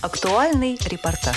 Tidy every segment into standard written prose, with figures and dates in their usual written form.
Актуальный репортаж.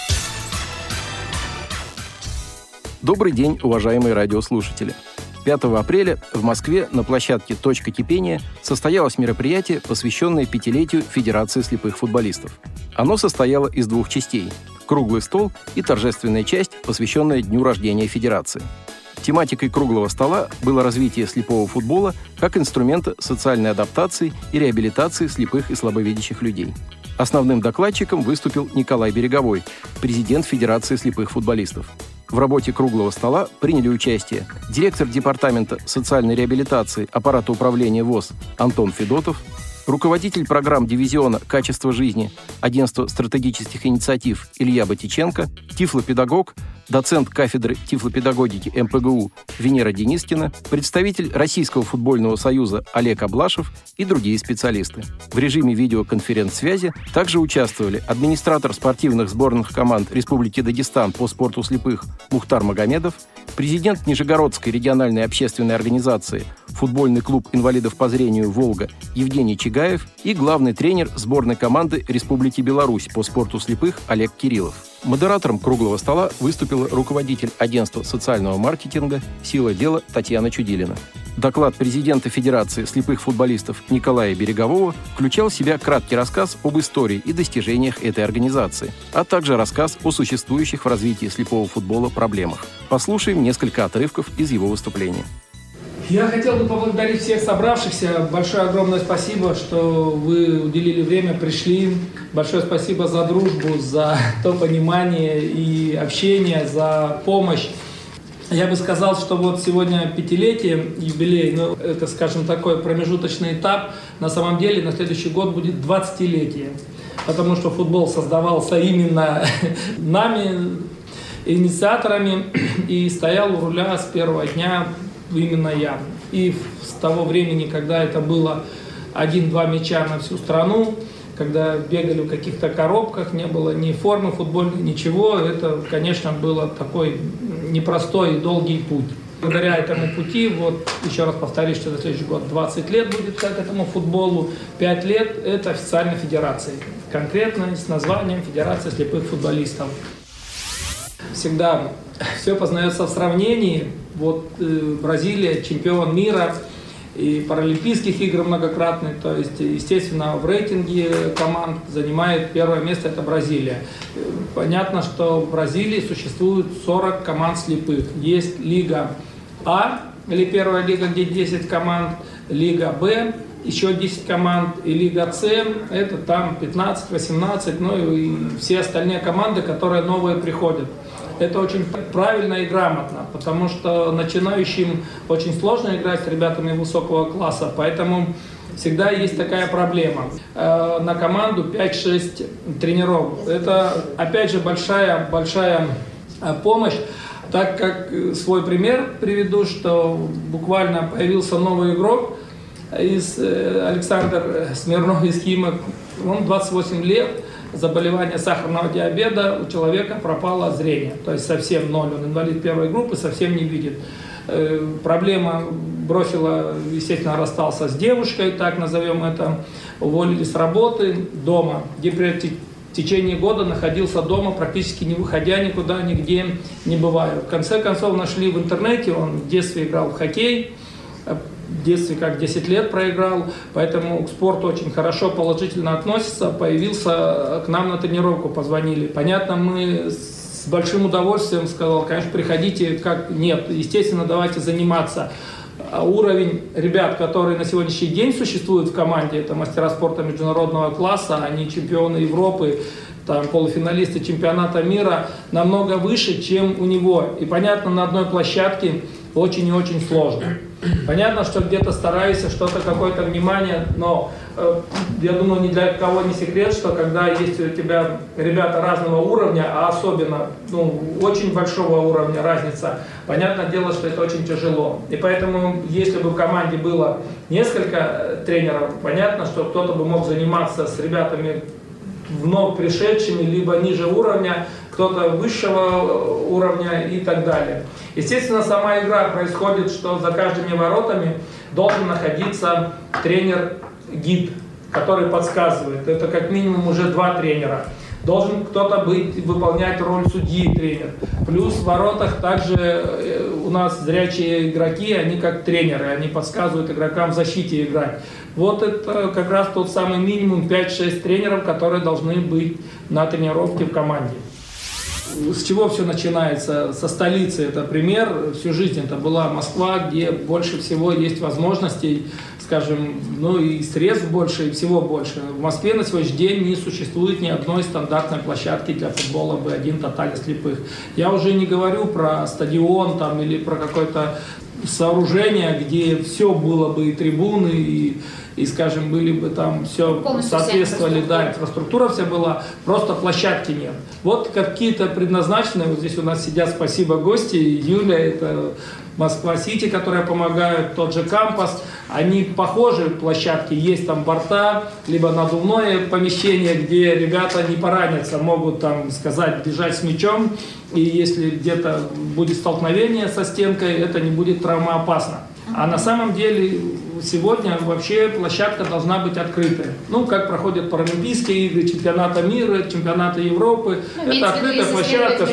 Добрый день, уважаемые радиослушатели. 5 апреля в Москве на площадке «Точка кипения» состоялось мероприятие, посвященное 5-летию Федерации слепых футболистов. Оно состояло из 2 частей – круглый стол и торжественная часть, посвященная дню рождения Федерации. Тематикой круглого стола было развитие слепого футбола как инструмента социальной адаптации и реабилитации слепых и слабовидящих людей. Основным докладчиком выступил Николай Береговой, президент Федерации слепых футболистов. В работе круглого стола приняли участие директор департамента социальной реабилитации аппарата управления ВОС Антон Федотов, руководитель программ дивизиона «Качество жизни» Агентства стратегических инициатив Илья Батиченко, тифлопедагог, доцент кафедры тифлопедагогики МПГУ Венера Денискина, представитель Российского футбольного союза Олег Аблашев и другие специалисты. В режиме видеоконференц-связи также участвовали администратор спортивных сборных команд Республики Дагестан по спорту слепых Мухтар Магомедов, президент Нижегородской региональной общественной организации футбольный клуб инвалидов по зрению «Волга» Евгений Чигаев и главный тренер сборной команды Республики Беларусь по спорту слепых Олег Кириллов. Модератором круглого стола выступила руководитель агентства социального маркетинга «Сила дела» Татьяна Чудилина. Доклад президента Федерации слепых футболистов Николая Берегового включал в себя краткий рассказ об истории и достижениях этой организации, а также рассказ о существующих в развитии слепого футбола проблемах. Послушаем несколько отрывков из его выступления. Я хотел бы поблагодарить всех собравшихся. Большое огромное спасибо, что вы уделили время, пришли. Большое спасибо за дружбу, за то понимание и общение, за помощь. Я бы сказал, что вот сегодня 5-летие, юбилей, это, скажем, такой промежуточный этап. На самом деле на следующий год будет 20-летие, потому что футбол создавался именно нами, инициаторами, и стоял у руля с первого дня именно я. И с того времени, когда это было 1-2 мяча на всю страну, когда бегали в каких-то коробках, не было ни формы футбольной, ничего, это, конечно, было такой непростой и долгий путь. Благодаря этому пути, вот еще раз повторюсь, что за следующий год 20 лет будет как этому футболу, 5 лет это официальная федерация, конкретно с названием Федерация слепых футболистов. Всегда все познается в сравнении. Вот Бразилия, чемпион мира и Паралимпийских игр многократный, то есть, естественно, в рейтинге команд занимает первое место, это Бразилия. Понятно, что в Бразилии существует 40 команд слепых. Есть Лига А, или первая лига, где 10 команд, Лига Б, еще 10 команд, и Лига С, это там 15-18, ну и все остальные команды, которые новые приходят. Это очень правильно и грамотно, потому что начинающим очень сложно играть с ребятами высокого класса, поэтому всегда есть такая проблема. На команду 5-6 тренеров. Это, опять же, большая помощь, так как свой пример приведу, что буквально появился новый игрок, Александр Смирнов из Химок, он 28 лет. Заболевание сахарного диабета, у человека пропало зрение, то есть совсем ноль, он инвалид первой группы, совсем не видит. Проблема бросила, естественно, расстался с девушкой, так назовем это, уволили с работы, дома, где в течение года находился дома, практически не выходя никуда, нигде не бывая. В конце концов нашли в интернете, он в детстве играл в хоккей, в детстве как 10 лет проиграл, поэтому к спорту очень хорошо, положительно относится, появился к нам на тренировку, позвонили. Понятно, мы с большим удовольствием сказал, конечно, приходите, как нет, естественно, давайте заниматься. Уровень ребят, которые на сегодняшний день существуют в команде, это мастера спорта международного класса, они чемпионы Европы, там, полуфиналисты чемпионата мира, намного выше, чем у него. И понятно, на одной площадке очень и очень сложно. Понятно, что где-то стараешься, что-то, какое-то внимание, но я думаю, ни для кого не секрет, что когда есть у тебя ребята разного уровня, а особенно очень большого уровня разница, понятное дело, что это очень тяжело. И поэтому, если бы в команде было несколько тренеров, понятно, что кто-то бы мог заниматься с ребятами вновь пришедшими, либо ниже уровня, кто-то высшего уровня и так далее. Естественно, сама игра происходит, что за каждыми воротами должен находиться тренер-гид, который подсказывает. Это как минимум уже 2 тренера. Должен кто-то выполнять роль судьи, тренер. Плюс в воротах также у нас зрячие игроки, они как тренеры, они подсказывают игрокам в защите играть. Вот это как раз тот самый минимум 5-6 тренеров, которые должны быть на тренировке в команде. С чего все начинается? Со столицы. Это пример. Всю жизнь это была Москва, где больше всего есть возможностей, скажем, и средств больше, и всего больше. В Москве на сегодняшний день не существует ни одной стандартной площадки для футбола B1 тотально слепых. Я уже не говорю про стадион там, или про какое-то сооружение, где все было бы и трибуны, и скажем, были бы там все соответствовали, да, инфраструктура вся была, просто площадки нет. Вот какие-то предназначенные, вот здесь у нас сидят, спасибо, гости, Юля, это Москва-Сити, которые помогают, тот же Кампас, они похожи, площадки, есть там борта, либо надувное помещение, где ребята не поранятся, могут там сказать, бежать с мячом, и если где-то будет столкновение со стенкой, это не будет травмоопасно. А на самом деле сегодня вообще площадка должна быть открытая. Как проходят паралимпийские игры, чемпионаты мира, чемпионаты Европы. Это открытая площадка,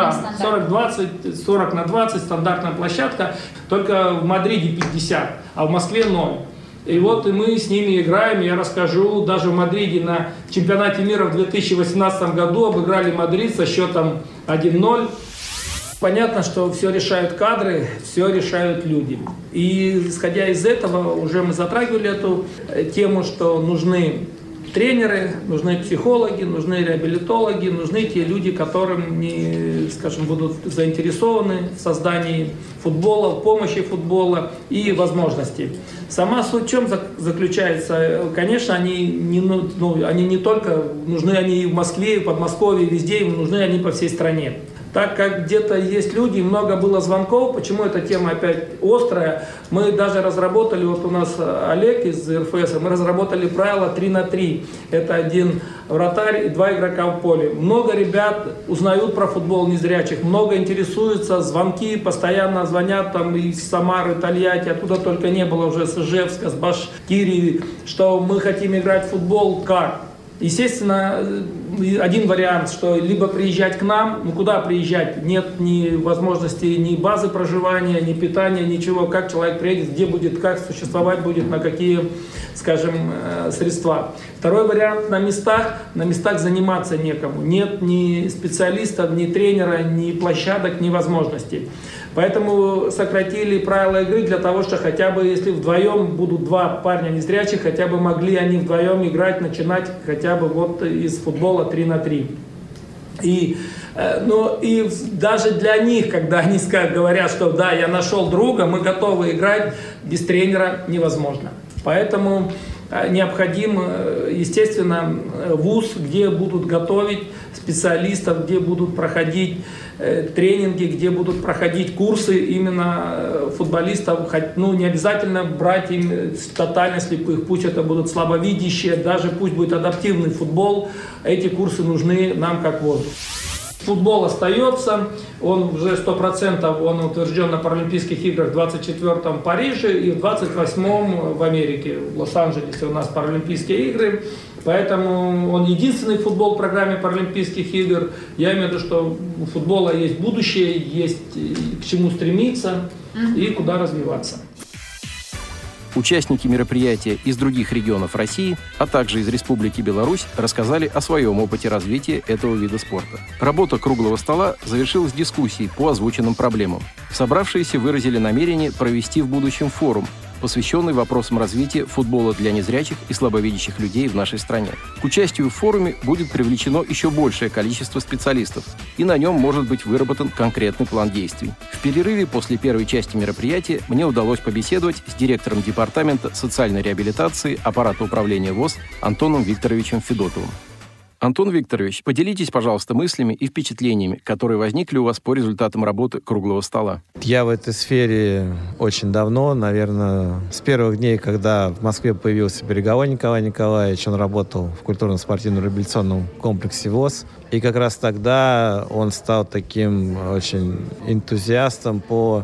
40 на 20, стандартная площадка. Только в Мадриде 50, а в Москве 0. И вот и мы с ними играем, я расскажу, даже в Мадриде на чемпионате мира в 2018 году обыграли Мадрид со счетом 1-0. Понятно, что все решают кадры, все решают люди. И исходя из этого, уже мы затрагивали эту тему, что нужны тренеры, нужны психологи, нужны реабилитологи, нужны те люди, которым будут заинтересованы в создании футбола, в помощи футбола и возможностей. Сама суть в чем заключается? Конечно, они не только нужны они и в Москве, и в Подмосковье, и везде, нужны они по всей стране. Так как где-то есть люди, много было звонков, почему эта тема опять острая, мы даже разработали, вот у нас Олег из РФС, мы разработали правило 3 на 3. Это 1 вратарь и 2 игрока в поле. Много ребят узнают про футбол незрячих, много интересуются, звонки, постоянно звонят там из Самары, Тольятти, оттуда только не было уже, с Ижевска, с Башкирии, что мы хотим играть в футбол, как? Естественно, один вариант, что либо приезжать к нам, куда приезжать, нет ни возможности, ни базы проживания, ни питания, ничего, как человек приедет, где будет, как существовать будет, на какие, скажем, средства. Второй вариант, на местах заниматься некому, нет ни специалистов, ни тренера, ни площадок, ни возможностей. Поэтому сократили правила игры для того, что хотя бы если вдвоем будут 2 парня незрячих, хотя бы могли они вдвоем играть, начинать хотя бы вот из футбола 3 на 3. И даже для них, когда они говорят, что да, я нашел друга, мы готовы играть, без тренера невозможно. Поэтому необходим, естественно, вуз, где будут готовить специалистов, где будут проходить тренинги, где будут проходить курсы именно футболистов. Не обязательно брать им тотально слепых, пусть это будут слабовидящие, даже пусть будет адаптивный футбол, эти курсы нужны нам как воздух. Футбол остается, он уже 100%, он утвержден на Паралимпийских играх в 24-м в Париже и в 28-м в Америке, в Лос-Анджелесе у нас Паралимпийские игры, поэтому он единственный футбол в программе Паралимпийских игр. Я имею в виду, что у футбола есть будущее, есть к чему стремиться и куда развиваться. Участники мероприятия из других регионов России, а также из Республики Беларусь, рассказали о своем опыте развития этого вида спорта. Работа круглого стола завершилась дискуссией по озвученным проблемам. Собравшиеся выразили намерение провести в будущем форум, посвященный вопросам развития футбола для незрячих и слабовидящих людей в нашей стране. К участию в форуме будет привлечено еще большее количество специалистов, и на нем может быть выработан конкретный план действий. В перерыве после первой части мероприятия мне удалось побеседовать с директором департамента социальной реабилитации аппарата управления ВОС Антоном Викторовичем Федотовым. Антон Викторович, поделитесь, пожалуйста, мыслями и впечатлениями, которые возникли у вас по результатам работы круглого стола. Я в этой сфере очень давно, наверное, с первых дней, когда в Москве появился Береговой Николай Николаевич, он работал в культурно-спортивном реабилитационном комплексе ВОС. И как раз тогда он стал таким очень энтузиастом по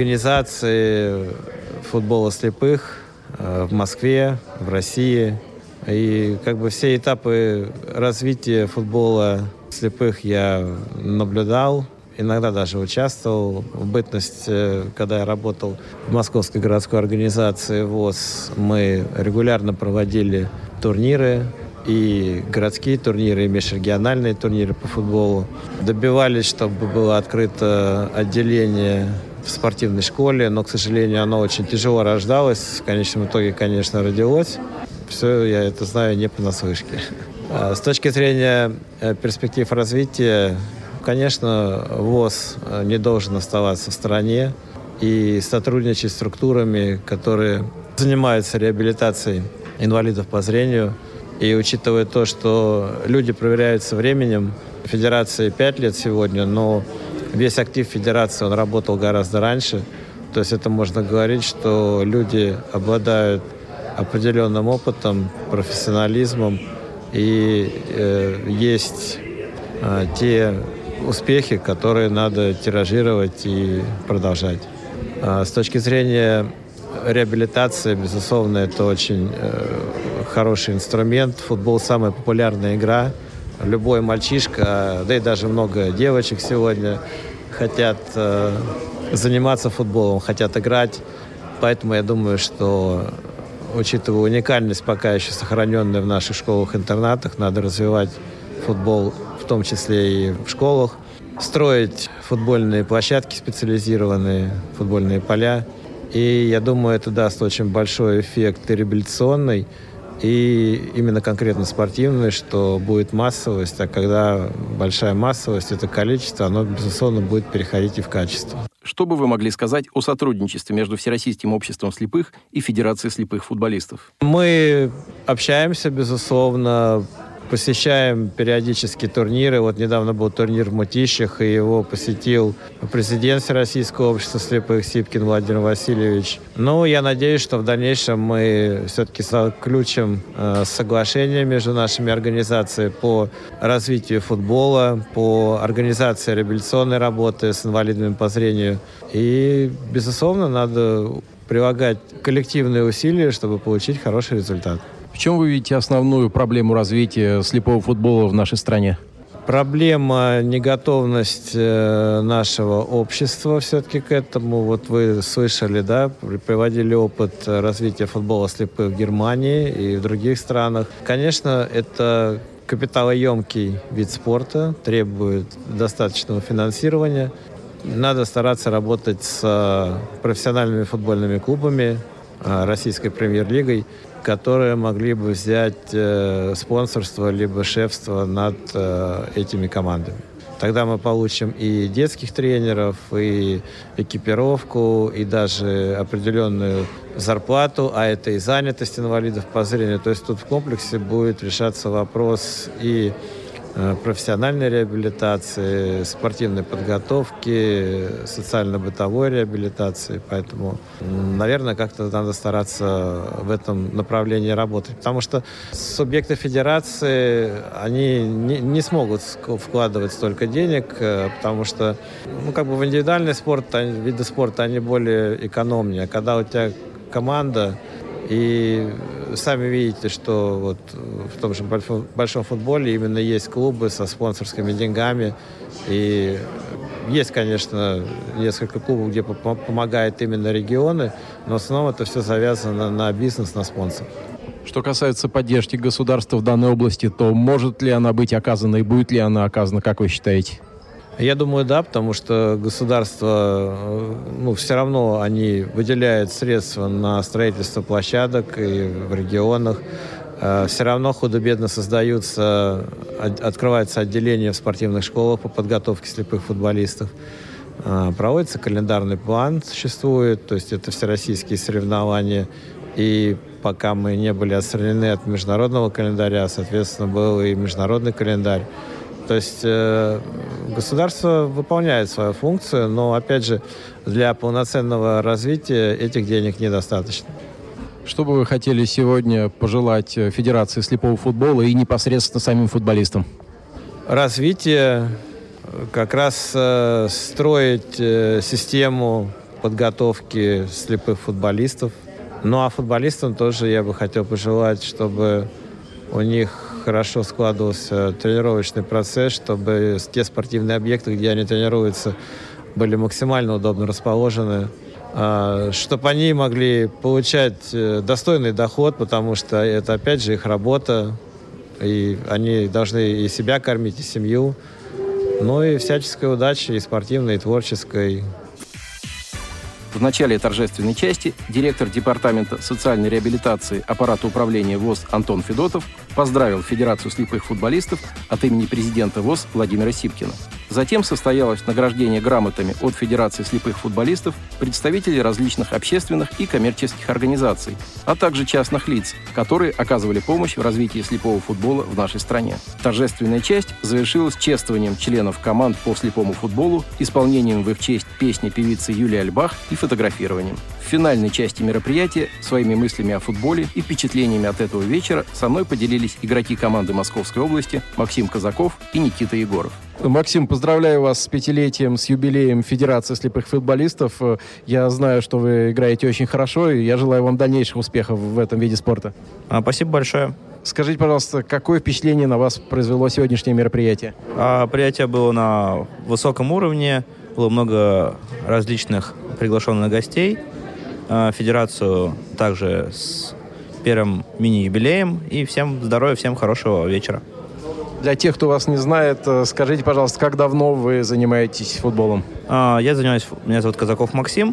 организации футбола слепых в Москве, в России. И как бы все этапы развития футбола слепых я наблюдал, иногда даже участвовал. В бытность, когда я работал в Московской городской организации ВОС, мы регулярно проводили турниры, и городские турниры, и межрегиональные турниры по футболу. Добивались, чтобы было открыто отделение в спортивной школе, но, к сожалению, оно очень тяжело рождалось. В конечном итоге, конечно, родилось. Все, я это знаю не понаслышке. С точки зрения перспектив развития, конечно, ВОС не должен оставаться в стороне и сотрудничать с структурами, которые занимаются реабилитацией инвалидов по зрению. И учитывая то, что люди проверяются временем, федерации 5 лет сегодня, но весь актив федерации, он работал гораздо раньше. То есть это можно говорить, что люди обладают определенным опытом, профессионализмом, и есть те успехи, которые надо тиражировать и продолжать. С точки зрения реабилитации, безусловно, это очень хороший инструмент. Футбол – самая популярная игра. Любой мальчишка, да и даже много девочек сегодня хотят заниматься футболом, хотят играть. Поэтому я думаю, что, учитывая уникальность, пока еще сохраненную в наших школах-интернатах, надо развивать футбол, в том числе и в школах, строить футбольные площадки специализированные, футбольные поля. И я думаю, это даст очень большой эффект и реабилитационный, и именно конкретно спортивный, что будет массовость, а когда большая массовость, это количество, оно, безусловно, будет переходить и в качество. Что бы вы могли сказать о сотрудничестве между Всероссийским обществом слепых и Федерацией слепых футболистов? Мы общаемся, безусловно, посещаем периодически турниры. Вот недавно был турнир в Мытищах, и его посетил президент Всероссийского общества слепых Сипкин Владимир Васильевич. Ну, я надеюсь, что в дальнейшем мы все-таки заключим соглашение между нашими организациями по развитию футбола, по организации реабилитационной работы с инвалидами по зрению. И, безусловно, надо прилагать коллективные усилия, чтобы получить хороший результат. В чем вы видите основную проблему развития слепого футбола в нашей стране? Проблема неготовность нашего общества все-таки к этому. Вот вы слышали, да, приводили опыт развития футбола слепых в Германии и в других странах. Конечно, это капиталоемкий вид спорта, требует достаточного финансирования. Надо стараться работать с профессиональными футбольными клубами, российской премьер-лигой, которые могли бы взять спонсорство либо шефство над этими командами. Тогда мы получим и детских тренеров, и экипировку, и даже определенную зарплату, а это и занятость инвалидов по зрению. То есть тут в комплексе будет решаться вопрос и профессиональной реабилитации, спортивной подготовки, социально-бытовой реабилитации. Поэтому, наверное, как-то надо стараться в этом направлении работать. Потому что субъекты федерации, они не смогут вкладывать столько денег, потому что в индивидуальный спорт, виды спорта, они более экономнее. Когда у тебя команда, и сами видите, что вот в том же большом футболе именно есть клубы со спонсорскими деньгами. И есть, конечно, несколько клубов, где помогают именно регионы, но в основном это все завязано на бизнес, на спонсоров. Что касается поддержки государства в данной области, то может ли она быть оказана и будет ли она оказана, как вы считаете? Я думаю, да, потому что государство, все равно они выделяют средства на строительство площадок и в регионах. Все равно худо-бедно открываются отделения в спортивных школах по подготовке слепых футболистов. Проводится календарный план, существует, то есть это всероссийские соревнования. И пока мы не были отстранены от международного календаря, соответственно, был и международный календарь. То есть государство выполняет свою функцию, но, опять же, для полноценного развития этих денег недостаточно. Что бы вы хотели сегодня пожелать Федерации слепого футбола и непосредственно самим футболистам? Развитие, как раз строить систему подготовки слепых футболистов. Ну а футболистам тоже я бы хотел пожелать, чтобы у них хорошо складывался тренировочный процесс, чтобы те спортивные объекты, где они тренируются, были максимально удобно расположены, чтобы они могли получать достойный доход, потому что это, опять же, их работа, и они должны и себя кормить, и семью. Ну и всяческой удачи, и спортивной, и творческой. В начале торжественной части директор Департамента социальной реабилитации аппарата управления ВОС Антон Федотов поздравил Федерацию слепых футболистов от имени президента ВОС Владимира Сипкина. Затем состоялось награждение грамотами от Федерации слепых футболистов представителей различных общественных и коммерческих организаций, а также частных лиц, которые оказывали помощь в развитии слепого футбола в нашей стране. Торжественная часть завершилась чествованием членов команд по слепому футболу, исполнением в их честь песни певицы Юлии Альбах и фотографированием. В финальной части мероприятия своими мыслями о футболе и впечатлениями от этого вечера со мной поделились игроки команды Московской области Максим Казаков и Никита Егоров. Максим, поздравляю вас с 5-летием, с юбилеем Федерации слепых футболистов. Я знаю, что вы играете очень хорошо, и я желаю вам дальнейших успехов в этом виде спорта. Спасибо большое. Скажите, пожалуйста, какое впечатление на вас произвело сегодняшнее мероприятие? Мероприятие было на высоком уровне, было много различных приглашенных гостей. Федерацию также с первым мини-юбилеем. И всем здоровья, всем хорошего вечера. Для тех, кто вас не знает, скажите, пожалуйста, как давно вы занимаетесь футболом? Меня зовут Казаков Максим,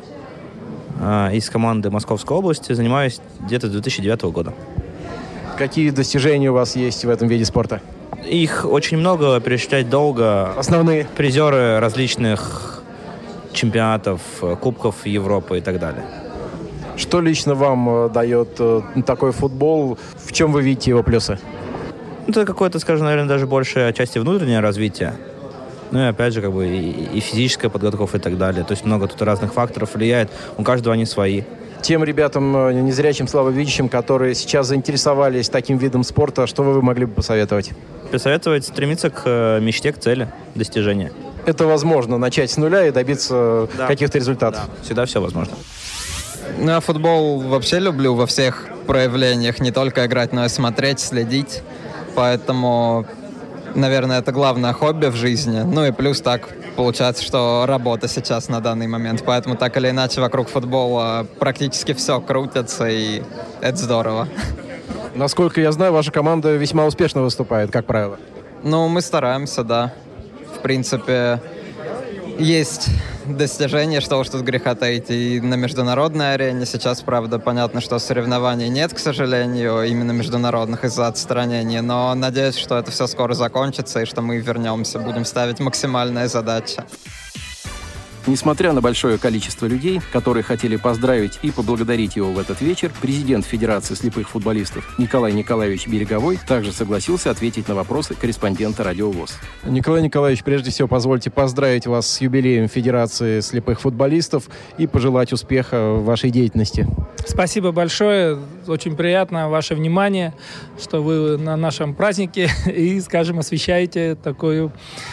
из команды Московской области. Занимаюсь где-то с 2009 года. Какие достижения у вас есть в этом виде спорта? Их очень много, перечислять долго. Основные? Призеры различных чемпионатов, кубков Европы и так далее. Что лично вам дает такой футбол? В чем вы видите его плюсы? Это какое-то, скажем, наверное, даже больше отчасти внутреннее развитие. Ну и опять же, и физическая подготовка и так далее. То есть много тут разных факторов влияет. У каждого они свои. Тем ребятам, незрячим, слабовидящим, которые сейчас заинтересовались таким видом спорта, что вы могли бы посоветовать? Посоветовать стремиться к мечте, к цели достижения. Это возможно, начать с нуля и добиться каких-то результатов? Да, всегда все возможно. Я футбол вообще люблю во всех проявлениях. Не только играть, но и смотреть, следить. Поэтому, наверное, это главное хобби в жизни. Ну и плюс так получается, что работа сейчас на данный момент. Поэтому так или иначе вокруг футбола практически все крутится, и это здорово. Насколько я знаю, ваша команда весьма успешно выступает, как правило. Ну, мы стараемся, да. В принципе, есть достижения, что уж тут греха таить, и на международной арене. Сейчас, правда, понятно, что соревнований нет, к сожалению, именно международных из-за отстранения, но надеюсь, что это все скоро закончится, и что мы вернемся, будем ставить максимальные задачи. Несмотря на большое количество людей, которые хотели поздравить и поблагодарить его в этот вечер, президент Федерации слепых футболистов Николай Николаевич Береговой также согласился ответить на вопросы корреспондента Радио ВОС. Николай Николаевич, прежде всего, позвольте поздравить вас с юбилеем Федерации слепых футболистов и пожелать успеха в вашей деятельности. Спасибо большое. Очень приятно ваше внимание, что вы на нашем празднике и, скажем, освещаете такую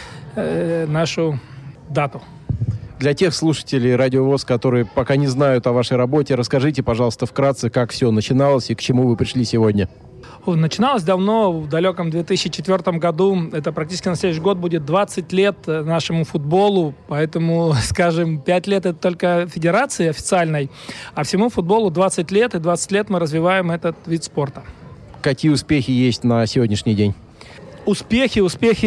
нашу дату. Для тех слушателей Радио ВОС, которые пока не знают о вашей работе, расскажите, пожалуйста, вкратце, как все начиналось и к чему вы пришли сегодня. Начиналось давно, в далеком 2004 году. Это практически на следующий год будет 20 лет нашему футболу. Поэтому, скажем, 5 лет это только федерации официальной, а всему футболу 20 лет, и 20 лет мы развиваем этот вид спорта. Какие успехи есть на сегодняшний день? Успехи,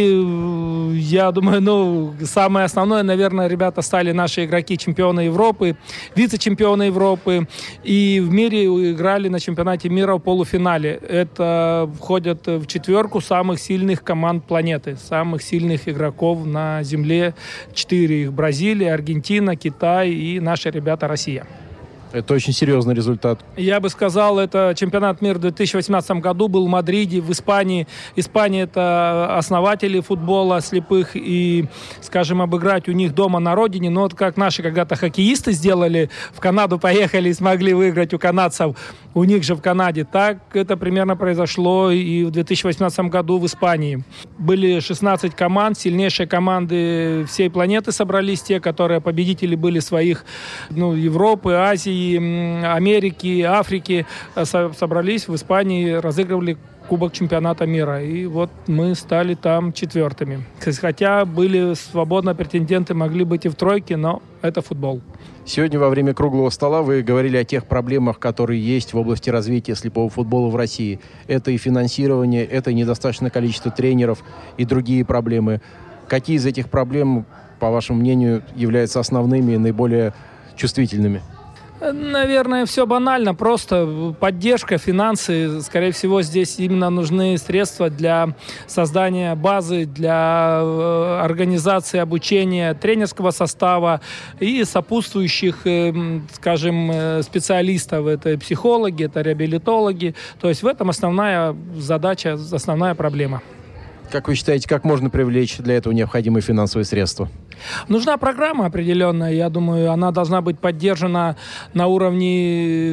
я думаю, самое основное, наверное, ребята стали наши игроки чемпионы Европы, вице-чемпионы Европы, и в мире играли на чемпионате мира в полуфинале. Это входят в 4 самых сильных команд планеты, самых сильных игроков на Земле. 4 их: Бразилия, Аргентина, Китай и наши ребята Россия. Это очень серьезный результат. Я бы сказал, это чемпионат мира в 2018 году был в Мадриде, в Испании. Испания — это основатели футбола слепых, и, скажем, обыграть у них дома на родине, но вот как наши когда-то хоккеисты сделали, в Канаду поехали и смогли выиграть у канадцев, у них же в Канаде, так это примерно произошло и в 2018 году в Испании. Были 16 команд, сильнейшие команды всей планеты собрались, те, которые победители были своих, Европы, Азии, Азии, Америки, Африки собрались в Испании, разыгрывали Кубок чемпионата мира. И вот мы стали там 4-ми. Хотя были свободно претенденты, могли быть и в тройке, но это футбол. Сегодня во время круглого стола вы говорили о тех проблемах, которые есть в области развития слепого футбола в России. Это и финансирование, это и недостаточное количество тренеров и другие проблемы. Какие из этих проблем, по вашему мнению, являются основными и наиболее чувствительными? Наверное, все банально, просто поддержка, финансы. Скорее всего, здесь именно нужны средства для создания базы, для организации обучения тренерского состава и сопутствующих, скажем, специалистов. Это психологи, это реабилитологи. То есть в этом основная задача, основная проблема. Как вы считаете, как можно привлечь для этого необходимые финансовые средства? Нужна программа определенная. Я думаю, она должна быть поддержана на уровне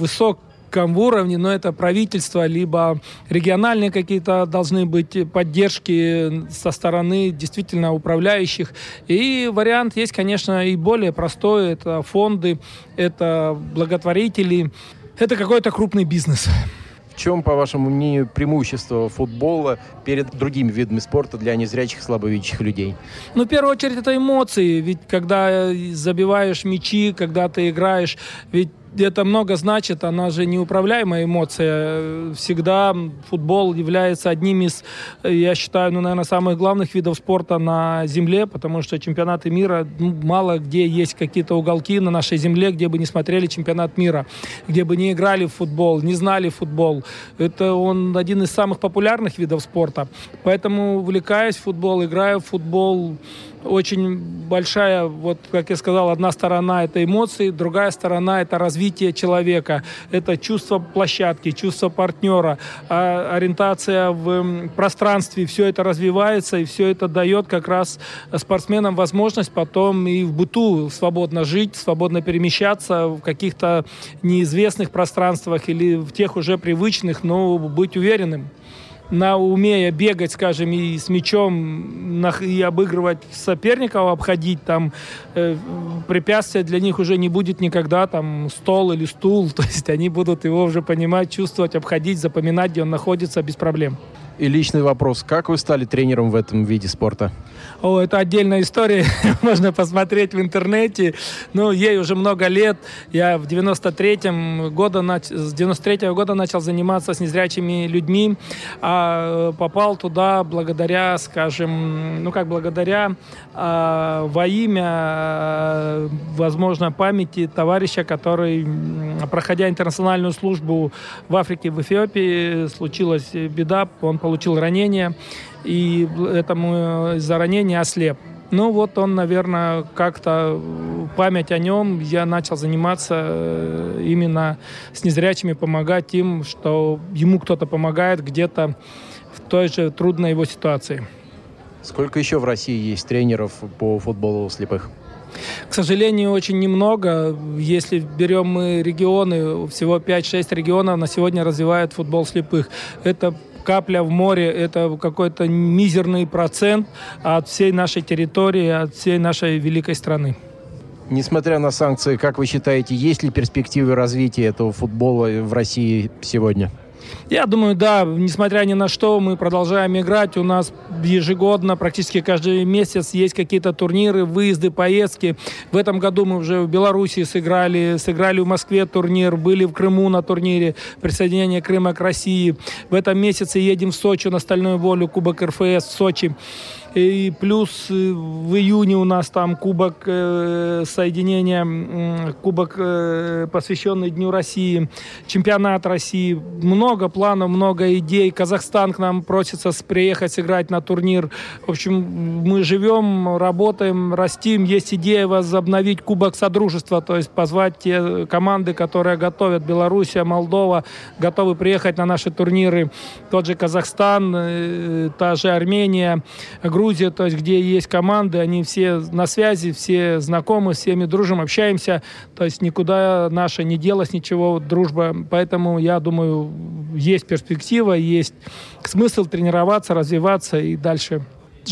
высоком уровне, но это правительство, либо региональные какие-то должны быть поддержки со стороны действительно управляющих. И вариант есть, конечно, и более простой. Это фонды, это благотворители, это какой-то крупный бизнес. В чем, по вашему мнению, преимущество футбола перед другими видами спорта для незрячих и слабовидящих людей? Ну, в первую очередь, это эмоции. Ведь когда забиваешь мячи, когда ты играешь, ведь это много значит, она же неуправляемая эмоция. Всегда футбол является одним из, я считаю, наверное, самых главных видов спорта на земле, потому что чемпионаты мира, мало где есть какие-то уголки на нашей земле, где бы не смотрели чемпионат мира, где бы не играли в футбол, не знали футбол. Это он один из самых популярных видов спорта. Поэтому, увлекаясь в футбол, играю в футбол, очень большая, вот как я сказал, одна сторона – это эмоции, другая сторона – это развитие человека, это чувство площадки, чувство партнера, ориентация в пространстве. Все это развивается, и все это дает как раз спортсменам возможность потом и в быту свободно жить, свободно перемещаться в каких-то неизвестных пространствах или в тех уже привычных, но быть уверенным. Умея бегать, скажем, и с мячом, и обыгрывать соперников, обходить, там препятствия для них уже не будет никогда, там стол или стул, то есть они будут его уже понимать, чувствовать, обходить, запоминать, где он находится без проблем. И личный вопрос. Как вы стали тренером в этом виде спорта? Это отдельная история. Можно посмотреть в интернете. Ей уже много лет. Я с 93-го года начал заниматься с незрячими людьми. А попал туда благодаря, скажем, во имя, возможно, памяти товарища, который, проходя интернациональную службу в Африке, в Эфиопии, случилась беда. Он получил ранение, и этому из-за ранения ослеп. Он, наверное, как-то память о нем, я начал заниматься именно с незрячими, помогать им, что ему кто-то помогает где-то в той же трудной его ситуации. Сколько еще в России есть тренеров по футболу слепых? К сожалению, очень немного. Если берем мы регионы, всего 5-6 регионов на сегодня развивают футбол слепых. Это капля в море, это какой-то мизерный процент от всей нашей территории, от всей нашей великой страны. Несмотря на санкции, как вы считаете, есть ли перспективы развития этого футбола в России сегодня? Я думаю, да, несмотря ни на что, мы продолжаем играть. У нас ежегодно, практически каждый месяц есть какие-то турниры, выезды, поездки. В этом году мы уже в Беларуси сыграли в Москве турнир, были в Крыму на турнире присоединения Крыма к России. В этом месяце едем в Сочи на «Стальную волю», Кубок РФС в Сочи. И плюс в июне у нас там кубок соединения, кубок, посвященный Дню России, чемпионат России. Много планов, много идей. Казахстан к нам просится приехать сыграть на турнир. В общем, мы живем, работаем, растим. Есть идея возобновить Кубок Содружества, то есть позвать те команды, которые готовят, Белоруссия, Молдова, готовы приехать на наши турниры. Тот же Казахстан, та же Армения, Грузия, то есть где есть команды, они все на связи, все знакомы, с всеми дружим, общаемся, то есть никуда наша не делась, ничего, дружба. Поэтому, я думаю, есть перспектива, есть смысл тренироваться, развиваться и дальше жить.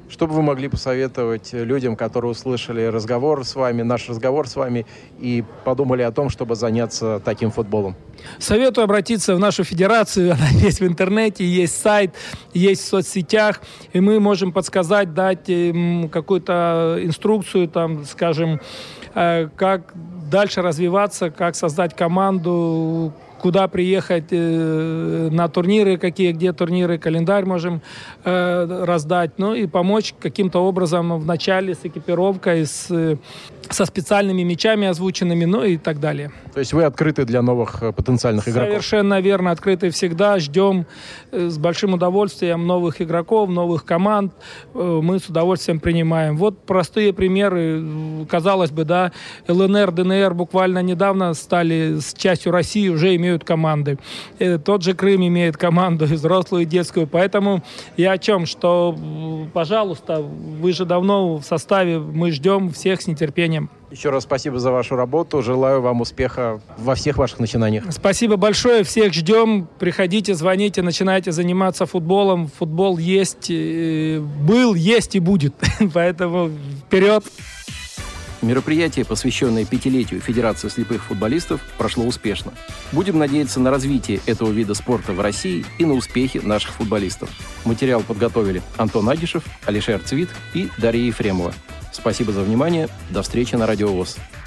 Что бы вы могли посоветовать людям, которые услышали разговор с вами, наш разговор с вами, и подумали о том, чтобы заняться таким футболом? Советую обратиться в нашу федерацию. Она есть в интернете, есть сайт, есть в соцсетях. И мы можем подсказать, дать им какую-то инструкцию, там, скажем, как дальше развиваться, как создать команду, куда приехать на турниры, где турниры, календарь можем раздать, ну и помочь каким-то образом в начале с экипировкой, со специальными мячами озвученными, ну и так далее. То есть вы открыты для новых потенциальных игроков? Совершенно верно, открыты всегда, ждем с большим удовольствием новых игроков, новых команд, мы с удовольствием принимаем. Вот простые примеры, казалось бы, да, ЛНР, ДНР буквально недавно стали с частью России, уже имеют команды. Тот же Крым имеет команду, и взрослую, и детскую. Поэтому я о чем, что, пожалуйста, вы же давно в составе, мы ждем всех с нетерпением. Еще раз спасибо за вашу работу. Желаю вам успеха во всех ваших начинаниях. Спасибо большое. Всех ждем. Приходите, звоните, начинайте заниматься футболом. Футбол есть, был, есть и будет. Поэтому вперед! Мероприятие, посвященное 5-летию Федерации слепых футболистов, прошло успешно. Будем надеяться на развитие этого вида спорта в России и на успехи наших футболистов. Материал подготовили Антон Агишев, Алишер Цвит и Дарья Ефремова. Спасибо за внимание. До встречи на Радио ВОС.